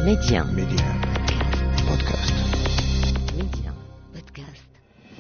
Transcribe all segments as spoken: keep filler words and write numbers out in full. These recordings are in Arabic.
Média. Média. Podcast. Média. Podcast.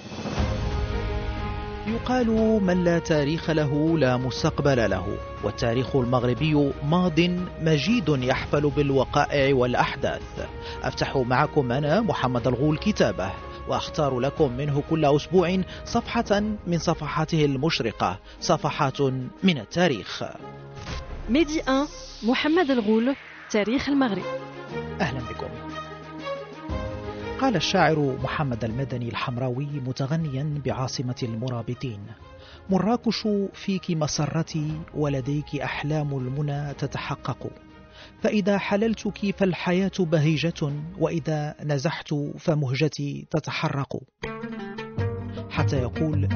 يقال من لا تاريخ له لا مستقبل له، والتاريخ المغربي ماض مجيد يحفل بالوقائع والأحداث. أفتح معكم أنا محمد الغول كتابه، وأختار لكم منه كل أسبوع صفحة من صفحاته المشرقة، صفحات من التاريخ. ميدي واحد محمد الغول، تاريخ المغرب. أهلا بكم. قال الشاعر محمد المدني الحمراوي متغنيا بعاصمة المرابطين: مراكش فيك مسرتي ولديك أحلام المنى تتحقق، فإذا حللتك فالحياة بهيجة، وإذا نزحت فمهجتي تتحرق. حتى يقول: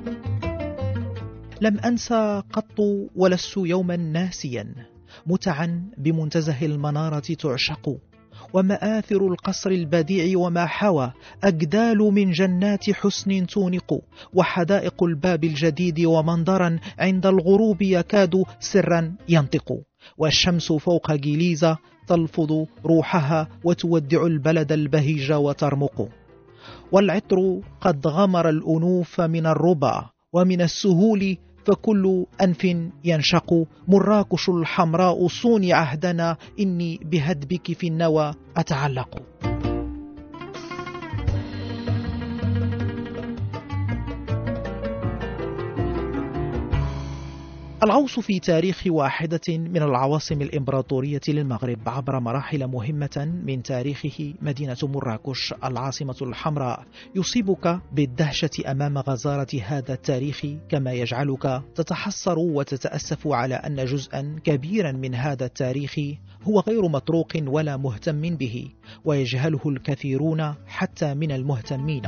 لم أنسى قط ولست يوما ناسيا، متعا بمنتزه المنارة تعشق، ومآثر القصر البديع وما حوى، أجدال من جنات حسن تونق، وحدائق الباب الجديد ومنظرا عند الغروب يكاد سرا ينطق، والشمس فوق جليزة تلفظ روحها وتودع البلد البهيج وترمق، والعطر قد غمر الأنوف من الربا ومن السهول، فكل أنف ينشق. مراكش الحمراء صوني عهدنا، إني بهدبك في النوى أتعلق. الغوص في تاريخ واحدة من العواصم الإمبراطورية للمغرب عبر مراحل مهمة من تاريخه، مدينة مراكش العاصمة الحمراء، يصيبك بالدهشة أمام غزارة هذا التاريخ، كما يجعلك تتحسر وتتأسف على أن جزءا كبيرا من هذا التاريخ هو غير مطروق ولا مهتم به، ويجهله الكثيرون حتى من المهتمين.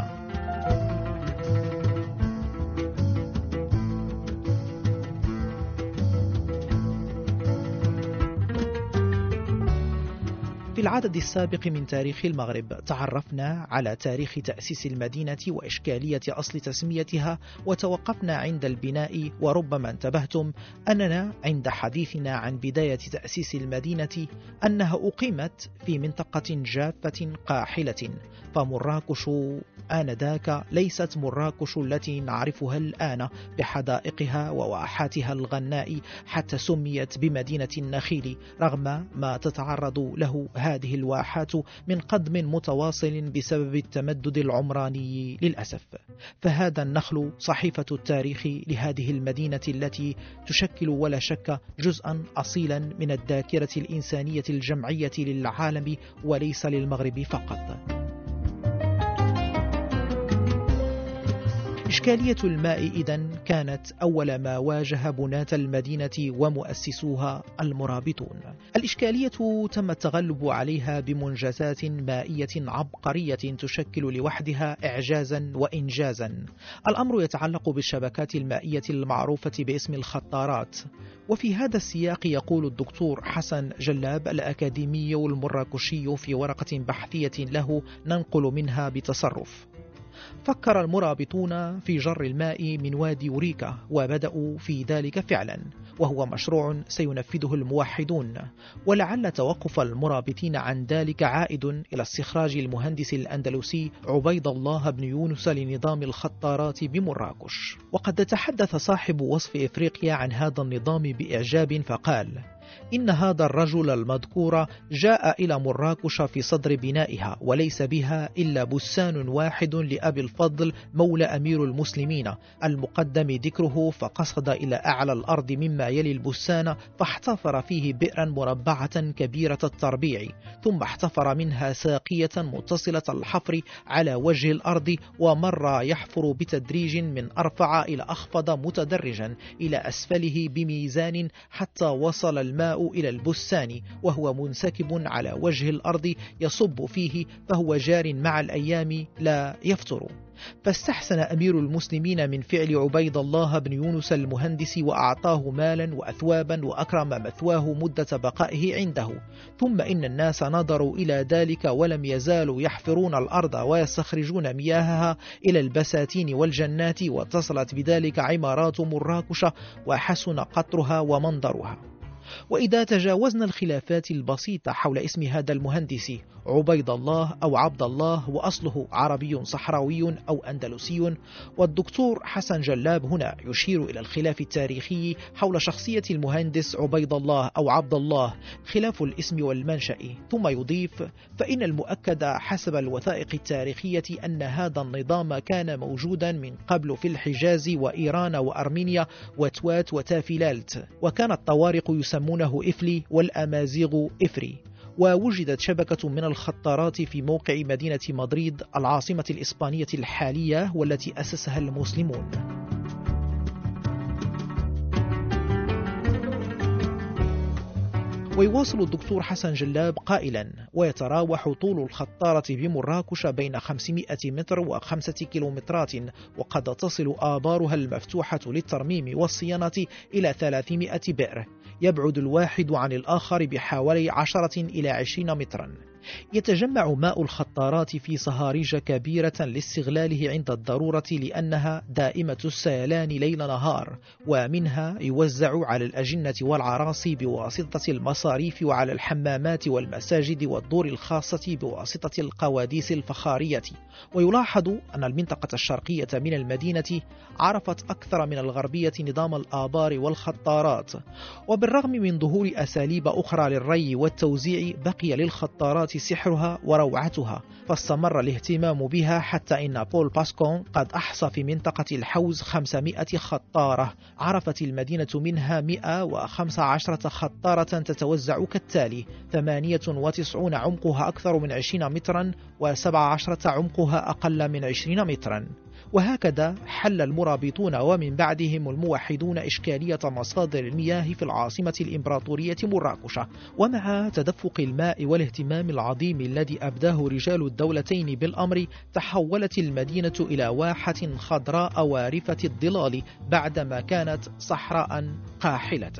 في العدد السابق من تاريخ المغرب تعرفنا على تاريخ تأسيس المدينة وإشكالية أصل تسميتها، وتوقفنا عند البناء، وربما انتبهتم أننا عند حديثنا عن بداية تأسيس المدينة أنها أقيمت في منطقة جافة قاحلة، فمراكش آنذاك ليست مراكش التي نعرفها الآن بحدائقها وواحاتها الغناء، حتى سميت بمدينة النخيل، رغم ما تتعرض له هذه الواحات من قدم متواصل بسبب التمدد العمراني للأسف. فهذا النخل صحيفة التاريخ لهذه المدينة التي تشكل ولا شك جزءا أصيلا من الذاكرة الإنسانية الجمعية للعالم وليس للمغرب فقط. إشكالية الماء إذن كانت أول ما واجه بناة المدينة ومؤسسوها المرابطون. الإشكالية تم التغلب عليها بمنجزات مائية عبقرية تشكل لوحدها إعجازا وإنجازا. الأمر يتعلق بالشبكات المائية المعروفة باسم الخطارات. وفي هذا السياق يقول الدكتور حسن جلاب الأكاديمي المراكشي في ورقة بحثية له ننقل منها بتصرف: فكر المرابطون في جر الماء من وادي يوريكا، وبدأوا في ذلك فعلا، وهو مشروع سينفذه الموحدون، ولعل توقف المرابطين عن ذلك عائد إلى استخراج المهندس الأندلسي عبيد الله بن يونس لنظام الخطارات بمراكش. وقد تحدث صاحب وصف إفريقيا عن هذا النظام بإعجاب فقال: إن هذا الرجل المذكور جاء إلى مراكش في صدر بنائها، وليس بها إلا بستان واحد لأبي الفضل مولى أمير المسلمين المقدم ذكره، فقصد إلى أعلى الأرض مما يلي البستان، فاحتفر فيه بئرا مربعة كبيرة التربيع، ثم احتفر منها ساقية متصلة الحفر على وجه الأرض، ومر يحفر بتدريج من أرفع إلى أخفض متدرجا إلى أسفله بميزان، حتى وصل الماء إلى البستان وهو منسكب على وجه الأرض يصب فيه، فهو جار مع الأيام لا يفتر. فاستحسن أمير المسلمين من فعل عبيد الله بن يونس المهندس، وأعطاه مالا وأثوابا، وأكرم مثواه مدة بقائه عنده. ثم إن الناس نظروا إلى ذلك ولم يزالوا يحفرون الأرض ويستخرجون مياهها إلى البساتين والجنات، واتصلت بذلك عمارات مراكش وحسن قطرها ومنظرها. وإذا تجاوزنا الخلافات البسيطة حول اسم هذا المهندس عبيد الله أو عبد الله وأصله عربي صحراوي أو أندلسي، والدكتور حسن جلاب هنا يشير إلى الخلاف التاريخي حول شخصية المهندس عبيد الله أو عبد الله، خلاف الاسم والمنشأ، ثم يضيف: فإن المؤكد حسب الوثائق التاريخية أن هذا النظام كان موجودا من قبل في الحجاز وإيران وأرمينيا وتوات وتافلالت، وكان الطوارق يسمونه إفلي والأمازيغ إفري، ووجدت شبكة من الخطارات في موقع مدينة مدريد العاصمة الإسبانية الحالية والتي أسسها المسلمون. ويواصل الدكتور حسن جلاب قائلا: ويتراوح طول الخطارة بمراكش بين خمسمائة متر وخمسة كيلومترات، وقد تصل آبارها المفتوحة للترميم والصيانة إلى ثلاثمائة بئر، يبعد الواحد عن الآخر بحوالي عشرة إلى عشرين مترا. يتجمع ماء الخطارات في صهاريج كبيرة لاستغلاله عند الضرورة لأنها دائمة السيلان ليل نهار، ومنها يوزع على الأجنة والعراصي بواسطة المصاريف وعلى الحمامات والمساجد والدور الخاصة بواسطة القواديس الفخارية. ويلاحظ أن المنطقة الشرقية من المدينة عرفت أكثر من الغربية نظام الآبار والخطارات، وبالرغم من ظهور أساليب أخرى للري والتوزيع بقي للخطارات سحرها وروعتها، فاستمر الاهتمام بها حتى إن بول باسكون قد أحصى في منطقة الحوز خمسمائة خطارة، عرفت المدينة منها مئة وخمسة عشر خطارة تتوزع كالتالي: ثمانية وتسعين عمقها أكثر من عشرين مترا، وسبع عشرة عمقها أقل من عشرين مترا. وهكذا حل المرابطون ومن بعدهم الموحدون إشكالية مصادر المياه في العاصمة الإمبراطورية مراكش. ومع تدفق الماء والاهتمام العظيم الذي أبداه رجال الدولتين بالأمر، تحولت المدينة إلى واحة خضراء وارفة الظلال بعدما كانت صحراء قاحلة.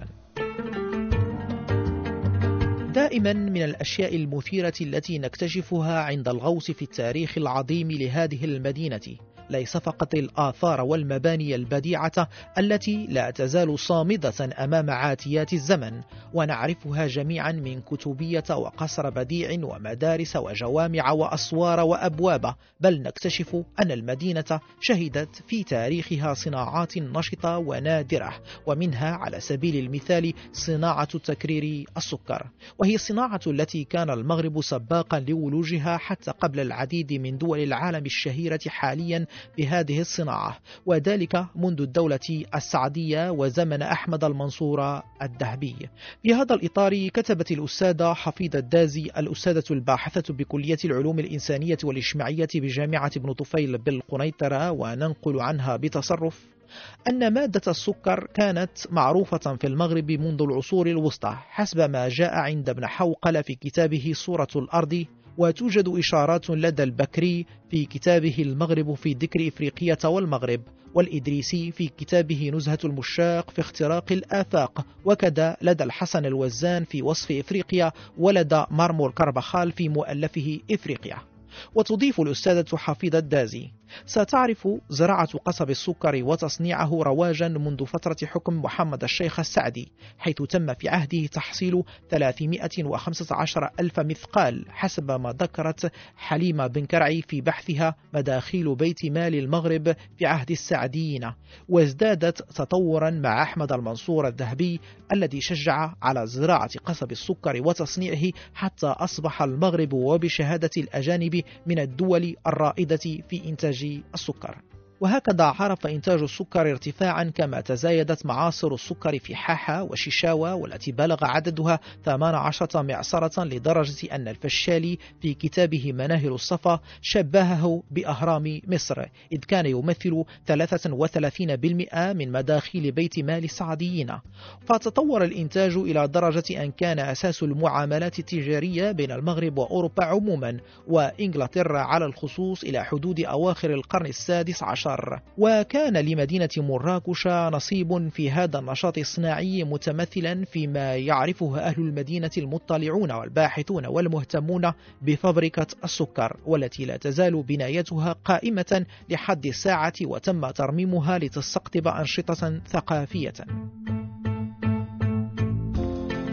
دائما من الأشياء المثيرة التي نكتشفها عند الغوص في التاريخ العظيم لهذه المدينة ليس فقط الآثار والمباني البديعة التي لا تزال صامدة أمام عاتيات الزمن ونعرفها جميعا من كتبية وقصر بديع ومدارس وجوامع وأسوار وأبواب، بل نكتشف أن المدينة شهدت في تاريخها صناعات نشطة ونادرة، ومنها على سبيل المثال صناعة تكرير السكر، وهي الصناعة التي كان المغرب سباقا لولوجها حتى قبل العديد من دول العالم الشهيرة حاليا بهذه الصناعة، وذلك منذ الدولة السعدية وزمن أحمد المنصور الذهبي. في هذا الإطار كتبت الأستاذة حفيظة الدازي، الأستاذة الباحثة بكلية العلوم الإنسانية والاجتماعية بجامعة ابن طفيل بالقنيطرة، وننقل عنها بتصرف: أن مادة السكر كانت معروفة في المغرب منذ العصور الوسطى حسب ما جاء عند ابن حوقل في كتابه صورة الأرض، وتوجد إشارات لدى البكري في كتابه المغرب في ذكر إفريقية والمغرب، والإدريسي في كتابه نزهة المشاق في اختراق الآفاق، وكذا لدى الحسن الوزان في وصف إفريقيا، ولدى مرمور كربخال في مؤلفه إفريقيا. وتضيف الأستاذة حفيظة الدازي: ستعرف زراعة قصب السكر وتصنيعه رواجا منذ فترة حكم محمد الشيخ السعدي، حيث تم في عهده تحصيل ثلاثمائة وخمسة عشر ألف مثقال حسب ما ذكرت حليمة بن كرعي في بحثها مداخيل بيت مال المغرب في عهد السعديين، وازدادت تطورا مع أحمد المنصور الذهبي الذي شجع على زراعة قصب السكر وتصنيعه حتى أصبح المغرب وبشهادة الأجانب من الدول الرائدة في إنتاج السكر. وهكذا عرف إنتاج السكر ارتفاعا كما تزايدت معاصر السكر في حاحة وشيشاوة، والتي بلغ عددها ثمانية عشر معصرة، لدرجة أن الفشالي في كتابه مناهل الصفا شبهه بأهرام مصر، إذ كان يمثل ثلاثة وثلاثين بالمئة من مداخيل بيت مال السعديين. فتطور الإنتاج إلى درجة أن كان أساس المعاملات التجارية بين المغرب وأوروبا عموما وإنجلترا على الخصوص إلى حدود أواخر القرن السادس عشر. وكان لمدينة مراكش نصيب في هذا النشاط الصناعي متمثلا فيما يعرفه أهل المدينة المطلعون والباحثون والمهتمون بفبركة السكر، والتي لا تزال بنايتها قائمة لحد الساعة، وتم ترميمها لتستقطب أنشطة ثقافية.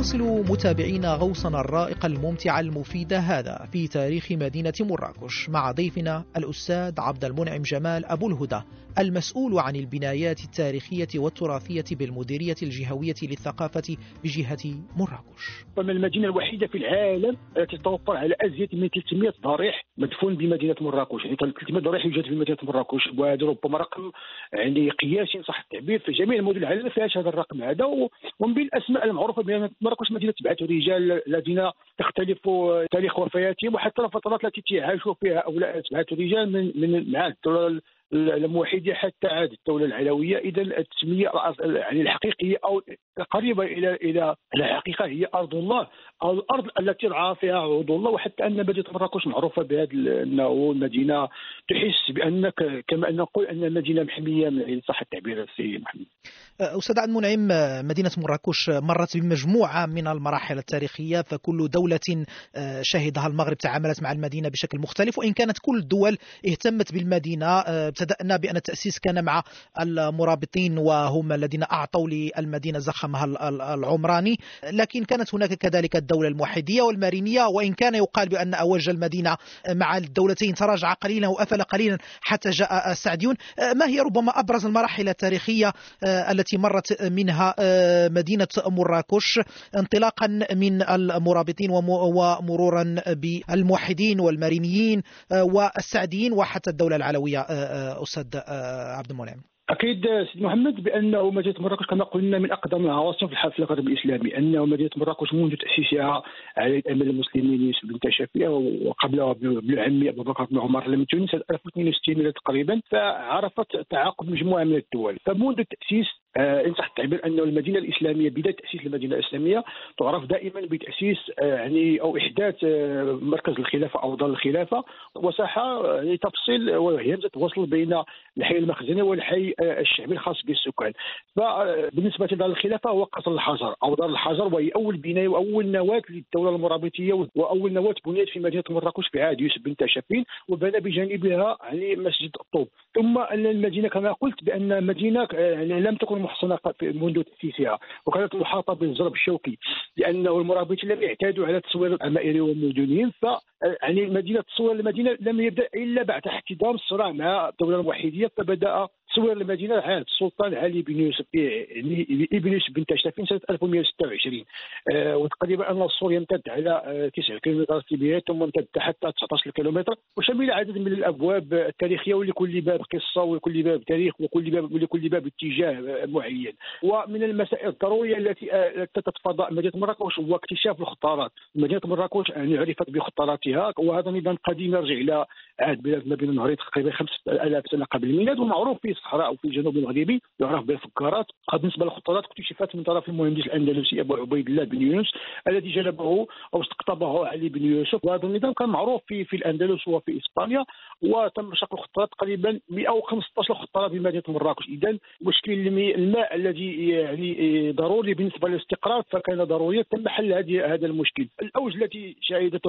نواصل متابعينا غوصنا الرائق الممتع المفيد هذا في تاريخ مدينة مراكش مع ضيفنا الأستاذ عبد المنعم جمال أبو الهدى، المسؤول عن البنايات التاريخية والتراثية بالمديرية الجهوية للثقافة بجهة مراكش. فما المدينة الوحيدة في العالم التي تتوفر على أزيد من ثلاثمائة ضريح مدفون بمدينة مراكش، يعني ثلاثمائة ضريح يوجد في مدينة مراكش، وهذا ربما رقم يعني قياسي صح التعبير. في جميع المدن العالمية فيهاش هذا الرقم هذا، ومن بين الأسماء المعروفة بأن مراكش مدينة تبعث رجال الذين تختلف تاريخ وفياتهم وحتى الفترات التي تعاشوا فيها هؤلاء سبعة رجال من من مع الدولة الموحدة حتى عاد الدولة العلوية. إذا التسمية يعني الحقيقية أو قريبة إلى إلى الحقيقة هي أرض الله، أو الأرض التي رعى فيها عهود الله. وحتى أن مدينة مراكش معروفة بهذا أنه المدينة تحس بأنك كما أن نقول أن المدينة محمية من صح التعبير السيد محمد. أستاذ عبد المنعم، مدينة مراكش مرت بمجموعة من المراحل التاريخية، فكل دولة شهدها المغرب تعاملت مع المدينة بشكل مختلف، وإن كانت كل الدول اهتمت بالمدينة. ابتدأنا بأن التأسيس كان مع المرابطين وهم الذين أعطوا للمدينة زخمها العمراني، لكن كانت هناك كذلك الدولة الموحدية والمارينية، وإن كان يقال بأن أوج المدينة مع الدولتين تراجع قليلا وأفل قليلا حتى جاء السعديون. ما هي ربما أبرز المراحل التاريخية التي مرت منها مدينة مراكش انطلاقا من المرابطين ومرورا بالموحدين والمارينيين والسعديين وحتى الدولة العلوية؟ أستاذ عبد المنعم. أكيد سيد محمد بأنه مدينة مراكش كما قلنا من أقدم العواصم في الغرب الإسلامي، أنه مدينة مراكش منذ تأسيسها على الأمير المسلمين يوسف بن تاشفية وقبلها ابن عمي أبو بكر بن عمر المتوني سنة ألف واثنين وستين تقريبا، فعرفت تعاقب مجموعة من الدول. فمنذ التأسيس إن صح التعبير أنه المدينة الإسلامية بداية تأسيس المدينة الإسلامية تعرف دائما بتأسيس يعني أو إحداث مركز الخلافة أو دار الخلافة وساحة يعني تفصيل وهمزة وصل بين الحي المخزني والحي الشعبي الخاص بالسكان. فبالنسبة لدار الخلافة هو قصر الحجر أو دار الحجر، وهي أول بناية وأول نواة للدولة المرابطية وأول نواة بنيت في مدينة مراكش في عهد يوسف بن تاشفين، وبنى بجانبها يعني مسجد الطوب. ثم أن المدينة كما قلت بأن مدينة يعني لم تكن محصنة منذ تأسيسها، وكانت محاطة بالزرب الشوكي، لأنه المرابطين لم يعتادوا على تصوير العمائر والمدنيين. ف يعني مدينة تصوير المدينة لم يبدأ إلا بعد احتدام الصراع مع الدولة الوحيدية، فبدأ تصوير المدينة عهد السلطان علي بن يوسف يعني ابن يوسف بن تاشفين سنة ألف ومئة وستة وعشرين، أه وتقريبا أن السور يمتد على أه تسعة كيلومتر كبيرة ثم امتد حتى تسعة عشر كيلومتر، وشمل عدد من الأبواب التاريخية ولكل باب قصة ولكل باب تاريخ وكل باب ولكل باب اتجاه معين. ومن المسائل الضرورية التي أتت فضاء مدينة مراكش هو اكتشاف الخطارات. مدينة مراكش يعني عرفت بخطاراتها، وهذا نظام قديم يرجع إلى عهد بلاد ما بين النهرين تقريبا خمسة آلاف سنة قبل الميلاد، ومعروف في الصحراء وفي الجنوب المغربي يعرف بالفكارات. بالنسبة للخطارات اكتشفت من طرف المهندس الأندلسي أبو عبيد الله بن يونس الذي جلبه أو استقطبه علي بن يوسف، وهذا النظام كان معروف في في الأندلس وفي إسبانيا، وتم شق الخطارات تقريبا مئة وخمسة عشر خطارة بمدينة مراكش. إذن مشكل الماء الذي يعني ضروري بالنسبة للاستقرار فكان ضروريا تم حل هذه هذا المشكل. الأوج التي شهدته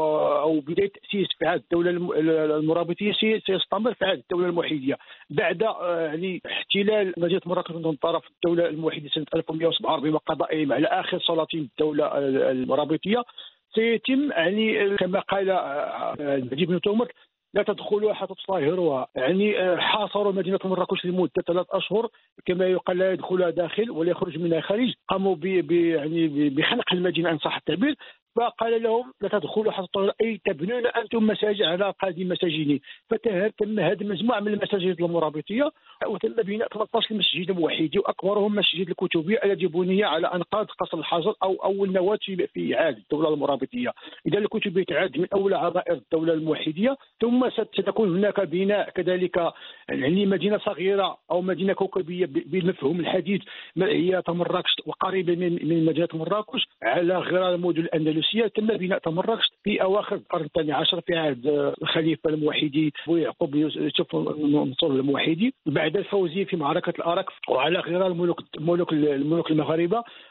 أو بداية تأسيس في عهد الدولة المرابطية سيستمر في عهد الدولة الموحدية بعد يعني احتلال مدينة مراكش من طرف الدولة الموحدة سنة ألف ومئة وسبعة وأربعين وقضائهم على آخر سلاطين الدولة المرابطية. سيتم يعني كما قال نجيب بن تومر لا تدخلوا حتى تطهروها، يعني حاصروا مدينة مراكش لمدة ثلاث أشهر كما يقال لا يدخلها داخل ولا يخرج منها خارج. قاموا ب يعني بخنق المدينة إن صح التعبير، فقال لهم لا تدخلوا حتى تطهروا أي تبنون أنتم مساجد على قاعدة مساجين. فتم هذه مجموعة من المساجد المرابطية وتم بناء ثمانية عشر مسجد موحدي، وأكبرهم مسجد الكتبية الذي بني على أنقاض قصر الحجر أو أول نواة في عهد الدولة المرابطية. إذا الكتبية تعد من أول عبائر الدولة الموحدية. ثم ستكون هناك بناء كذلك يعني مدينة صغيرة أو مدينة كوكبية بالمفهوم الحديث هي مراكش وقريبة من مدينة مراكش على غرار المدن الأندلسية. تم بناء مراكش في أواخر القرن الثاني عشر في عهد الخليفة الموحدي يعقوب يوسف منصور الموحدي بعد الفوز في معركة الأرك، وعلى غرار الملوك الملوك الملوك المغاربة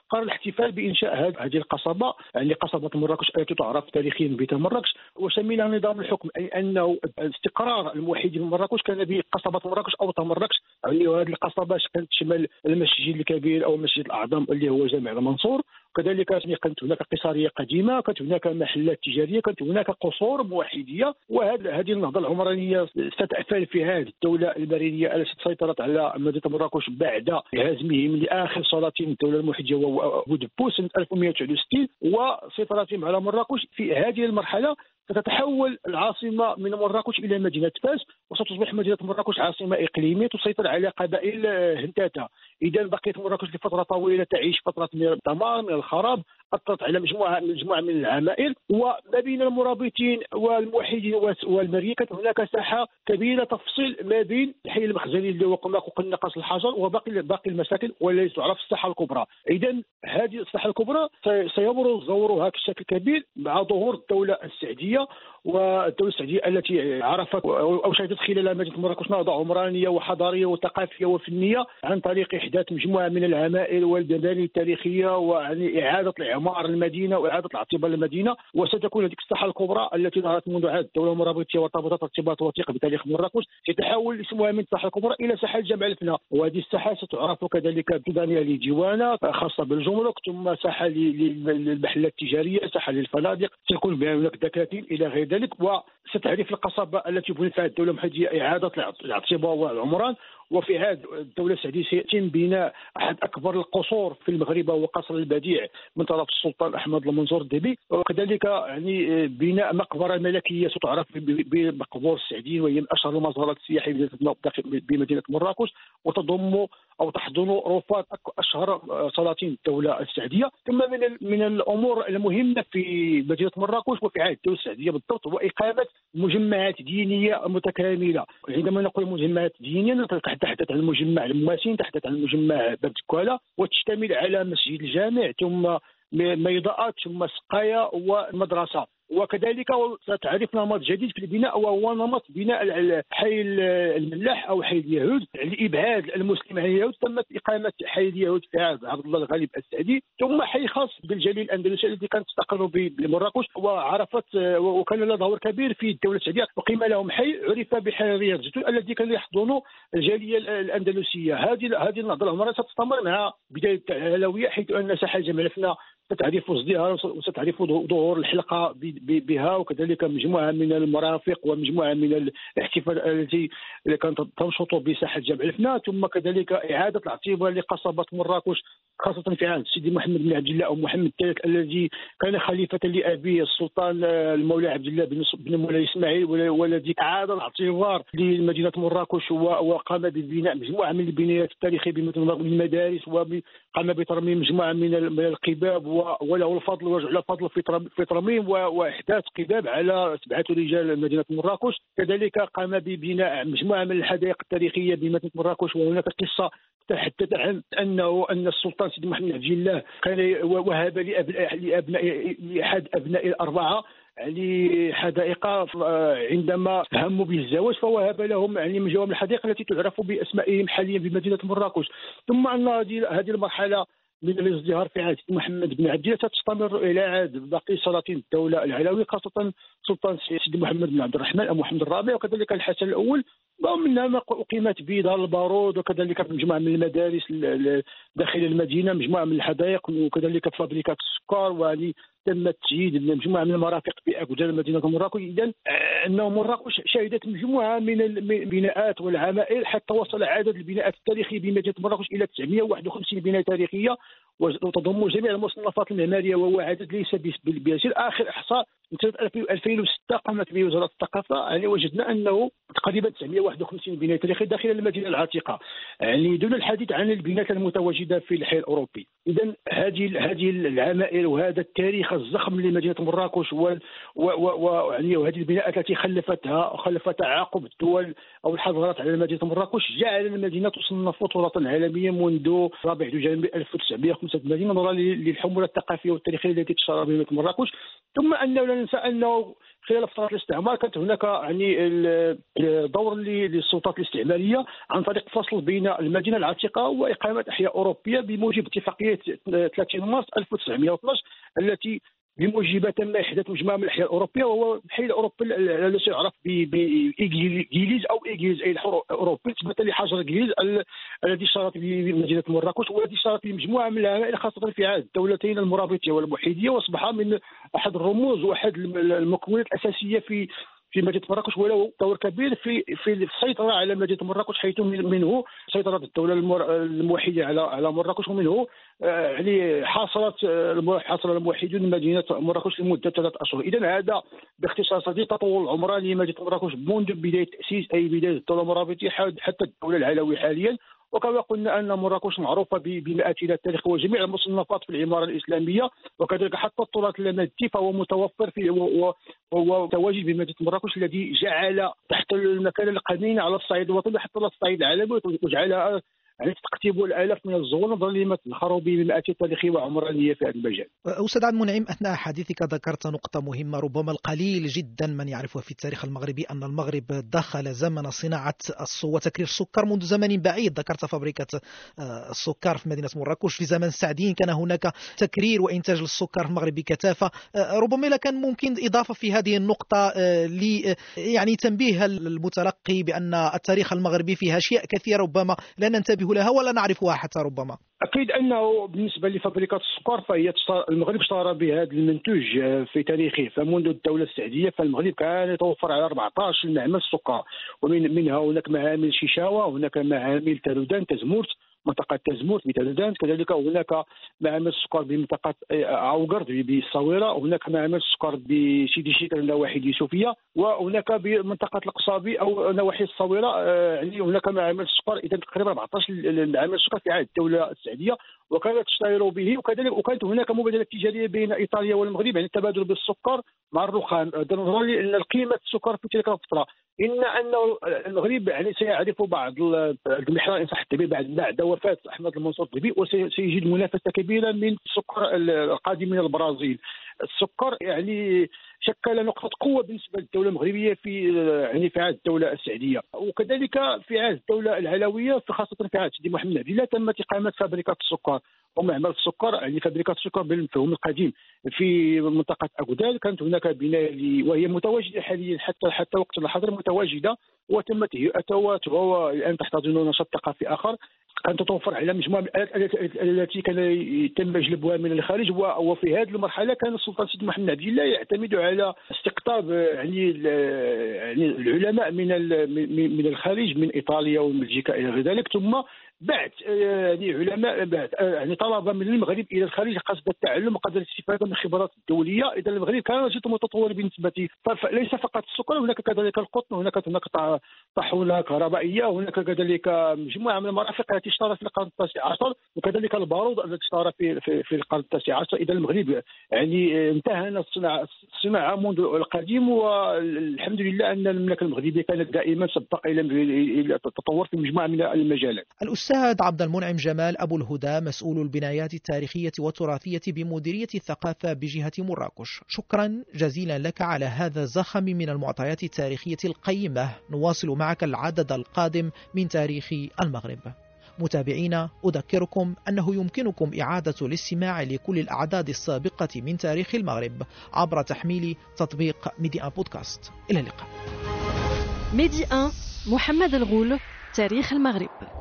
قرر الاحتفال بانشاء هذه القصبه، يعني قصبه مراكش التي تعرف تاريخيا ببيت مراكش، وشملها نظام الحكم، اي انه استقرار الموحدين من مراكش كان بقصبه مراكش او مراكش. يعني هذه القصبه كانت تشمل المسجد الكبير او مسجد الاعظم اللي هو جامع المنصور، وكذلك كانت هناك قصاريه قديمه، كانت هناك محلات تجاريه، كانت هناك قصور موحديه. وهذه هذه النهضه العمرانيه ستأفل في هذه الدوله البريديه التي سيطرت على مدينه مراكش بعد هزمهم لاخر سلاطين الدوله الموحديه وهو بودبو سنه ألف ومئة وتسعة وستين، وسيطرتهم على مراكش. في هذه المرحله ستتحول العاصمه من مراكش الى مدينه فاس، وستصبح مدينه مراكش عاصمه اقليميه تسيطر على قبائل هنتاتا. اذا بقيت مراكش لفتره طويله تعيش فتره من الدمار من الخراب، اثرت على مجموعه مجموعه من العمائر، وما بين المرابطين والموحدين والمريه كانت هناك ساحه كبيره تفصل ما بين الحي المخزني اللي هو قلنا قصر الحجر وباقي باقي المساكن والتي تعرف الساحه الكبرى. اذا هذه الساحه الكبرى سيبرز ظهورها بشكل كبير مع ظهور الدوله السعديه، والدوله السعوديه التي عرفت او شهدت خلال مدينه مراكش نهضه عمرانيه وحضاريه وثقافيه وفنيه عن طريق احداث مجموعه من العمائر والمباني التاريخيه، ويعني اعاده اعمار المدينه واعاده الاعتبار للمدينه. وستكون هذيك الساحه الكبرى التي ظهرت منذ عهد الدوله المرابطيه وارتبطت ارتباط وثيق بتاريخ مراكش يتحول اسمها من الساحه الكبرى الى ساحه جامع الفنا، وهذه الساحه ستعرف كذلك بثانيه لديوانه خاصه بالجمرك، ثم ساحه للمحلات التجاريه، ساحه للفنادق، سيكون هناك دكاكين الى غير ذلك. وستعرف القصبه التي بنت فيها الدوله المحليه اعاده الاعتبار والعمران. وفي هذه الدوله السعوديه سيتم بناء احد اكبر القصور في المغرب وهو قصر البديع من طرف السلطان احمد المنصور الدبي، وكذلك يعني بناء مقبره ملكيه ستعرف بمقبور السعديين، وهي من اشهر المزارات السياحيه بمدينه مراكش، وتضم او تحضن رفات اشهر سلاطين الدوله السعوديه. ثم من من الامور المهمه في مدينه مراكش وفي عهد الدوله السعوديه بالضبط هو اقامه مجمعات دينيه متكامله. عندما نقول مجمعات دينيه نتحدث عن المجمع المواسين، نتحدث عن المجمع باب تكوالا، وتشتمل على مسجد الجامع ثم ميضاءات ثم سقايه ومدرسه. وكذلك ستعرف نمط جديد في البناء وهو نمط بناء حي الملاح او حي اليهود لابعاد المسلمين عن اليهود. تمت اقامه حي اليهود في عهد عبد الله الغالب السعدي، ثم حي خاص بالجليل الاندلسي الذي كانت تستقر بمراكش وعرفت وكان له دور كبير في الدوله السعوديه، وقيم لهم حي عرف بحي رياض الزيتون الذي كان يحضن الجاليه الاندلسيه. هذه هذه النهضه العمرانيه ستستمر مع بدايه العلويه، حيث ان ساحه جامع الفنا ستعرف ازدهار وستعرف ظهور الحلقه بها، وكذلك مجموعه من المرافق ومجموعه من الاحتفالات التي كانت تنشط بساحه جامع الفنا. ثم كذلك اعاده الاعتبار لقصبه مراكش خاصه في عهد سيدي محمد بن عبد الله او محمد الثالث الذي كان خليفه لابيه السلطان المولى عبد الله بن مولاي اسماعيل، والذي اعاد الاعتبار لمدينه مراكش وقام ببناء مجموعه من البنايات التاريخيه بمثل المدارس، وقام بترميم مجموعه من القباب وله الفضل وجعل الفضل في ترميم واحداث قباب على سبعه رجال مدينه مراكش. كذلك قام ببناء مجموعه من الحدائق التاريخيه بمدينه مراكش، وهناك قصه تحدث عن انه ان السلطان سيدي محمد بن عبد الله كان وهب لابناء لاحد ابناء الاربعه يعني حدائق عندما هموا بالزواج، فوهب لهم يعني من جوامع الحدائق التي تعرف باسمائهم حاليا بمدينه مراكش. ثم ان هذه هذه المرحله من الازدهار في عهد محمد بن عبد الله تستمر الى عهد باقي سلاطين الدوله العلويه، خاصه سلطان سيدي محمد بن عبد الرحمن او محمد الرابع، وكذلك الحسن الاول، ومنها ما اقيمت به دار البارود، وكذلك مجموعه من المدارس داخل المدينه، مجموعه من الحدائق، وكذلك فابريكات السكر، وهذه تم تجهيز مجموعه من المرافق في اكجال مدينه مراكش. اذا انه مراكش شهدت مجموعه من البناءات والعمائر حتى وصل عدد البناءات التاريخيه بمدينه مراكش الى تسعمئة وواحد وخمسين بنايه تاريخيه، وتضم جميع المصنفات المعماريه، وهو عدد ليس بيسير. اخر احصاء من سنه ألفين وستة قامت به وزاره الثقافه، يعني وجدنا انه تقريبا تسعمئة وواحد وخمسين بنايه تاريخيه داخل المدينه العتيقه، يعني دون الحديث عن البنايات المتواجده في الحي الاوروبي. اذا هذه هذه العمائر وهذا التاريخ الضخم لمدينه مراكش ويعني وهذه البناءات التي خلفتها خلفتها عقب الدول او الحضارات على مدينه مراكش جعل المدينه تصنف تراثا عالميا منذ رابع دجنبر ألف وتسعمئة وخمسة وثمانين، نظرا للحموله الثقافيه والتاريخيه التي تشتهر بمدينه مراكش. ثم انه لا ننسى انه خلال فترة الاستعمار كانت هناك يعني دور للسلطات الاستعمارية عن طريق فصل بين المدينة العتيقة وإقامة أحياء أوروبية بموجب اتفاقية ثلاثين مارس ألف وتسعمائة واثني عشر التي بموجبها تم إحداث مجموعة من الأحياء الأوروبية، وهو الحي الأوروبي الذي يعرف بإيجليز أو إيجليز أي الحر الأوروبي نسبة لحجر إيجليز الذي اشتهرت بمدينة مراكش، والذي اشتهرت بمجموعة من العوائل خاصة في عهد الدولتين المرابطية والموحدية، واصبح من أحد الرموز وأحد المكونات الأساسية في في مدينة مراكش، وله دور كبير في في السيطرة على مدينة مراكش، حيث منه سيطرة الدولة الموحدة على على مراكش، ومنه يعني حاصرت حاصر الموحدون مدينة مراكش لمدة ثلاثة أشهر. إذا هذا باختصار شديد تطور العمراني لمدينة مراكش منذ بداية تأسيس أي بداية الدولة المرابطية حتى الدولة العلوية حاليا. وكما قلنا أن مراكش معروفة بمآتنا التاريخ وجميع المصنفات في العمارة الإسلامية، وكذلك حتى التراث اللامادي فهو متوفر في وهو متواجد بمدينة مراكش، الذي جعل تحت المكان القديم على الصعيد الوطني حتى على الصعيد العالمي، وجعلها يعني تقتيب الالاف من الزوار ظليمه الخروبي بالمآتي التاريخيه وعمرانيه في هذا المجال. استاذ عبد المنعم، اثناء حديثك ذكرت نقطه مهمه، ربما القليل جدا من يعرفها في التاريخ المغربي، ان المغرب دخل زمن صناعه وتكرير السكر منذ زمن بعيد. ذكرت فابريكه السكر في مدينه مراكش في زمن السعديين، كان هناك تكرير وانتاج للسكر في المغرب بكثافه. ربما كان ممكن اضافه في هذه النقطه ل يعني تنبيه المتلقي بان التاريخ المغربي فيه اشياء كثيره ربما لا ننتبه لها ولا نعرفها حتى ربما. اكيد انه بالنسبه لفابريكات السكر فهي المغرب اشتهر بهذا المنتوج في تاريخه، فمنذ الدوله السعديه فالمغرب كان يتوفر على أربعة عشر معمل سكر، ومن منها هناك معامل شيشاوه، هناك معامل تالودان تزمورت منطقة تزمورت بتالودان، كذلك هناك معامل السكر بمنطقة عوقرد بالصويرة، وهناك معامل السكر بسيدي شيكر نواحي اليوسفية، وهناك بمنطقة القصابي أو نواحي الصويرة يعني هناك معامل السكر. إذا تقريبا أربعة عشر معامل السكر في عهد الدولة السعدية، وكانت تشتهر به، وكذلك وكانت هناك مبادلة تجارية بين إيطاليا والمغرب، يعني التبادل بالسكر مع الرخام، نظرا لأن قيمة السكر في تلك الفترة إن أن المغرب يعني سيعرف بعض المحرار إن صح التعبير بعد بعد وفاة أحمد المنصور الطبي، وسيجد منافسة كبيرة من السكر القادم من البرازيل. السكر يعني شكل نقطة قوة بالنسبة للدولة المغربية في يعني في عهد الدولة السعدية، وكذلك في عهد الدولة العلوية خاصة في عهد سيدي محمد عبد الله تمت إقامة فابريكات السكر ومعمل السكر، يعني فابريكات السكر بالمفهوم القديم في منطقة أغدال. كانت هناك بناء وهي متواجدة حاليا حتى حتى وقت الحاضر متواجدة، وتم تهيئتها وهو الآن تحتضن نشاط ثقافي آخر. كانت تتوفر على مجموعة من الآلات التي كان يتم جلبها من الخارج، وفي هذه المرحلة كان السلطان سيدي محمد عبد الله يعتمد على استقطاب يعني يعني العلماء من من الخارج من إيطاليا وبلجيكا إلى غير ذلك، ثم بعد يعني علماء بعد يعني طلبه من المغرب الى الخارج قصد التعلم وقصد الاستفاده من الخبرات الدوليه. اذا المغرب كان جدا متطور بالنسبه ليس فقط السكر، هناك كذلك القطن، هناك هناك طاحونه كهربائيه، هناك كذلك مجموعه من المرافق التي اشتهرت في القرن التاسع عشر، وكذلك البارود الذي اشتهر في في, في القرن التاسع عشر. اذا المغرب يعني امتهن الصناعه الصناعه منذ القديم، والحمد لله ان المملكه المغربيه كانت دائما سباقه الى التطور في مجموعه من المجالات. الأستاذ عبد المنعم جمال أبو الهدى، مسؤول البنايات التاريخية والتراثية بمديرية الثقافة بجهة مراكش، شكرا جزيلا لك على هذا الزخم من المعطيات التاريخية القيمة. نواصل معك العدد القادم من تاريخ المغرب. متابعينا، أذكركم أنه يمكنكم إعادة الاستماع لكل الأعداد السابقة من تاريخ المغرب عبر تحميل تطبيق ميدي آن بودكاست. إلى اللقاء. ميدي آن، محمد الغول، تاريخ المغرب.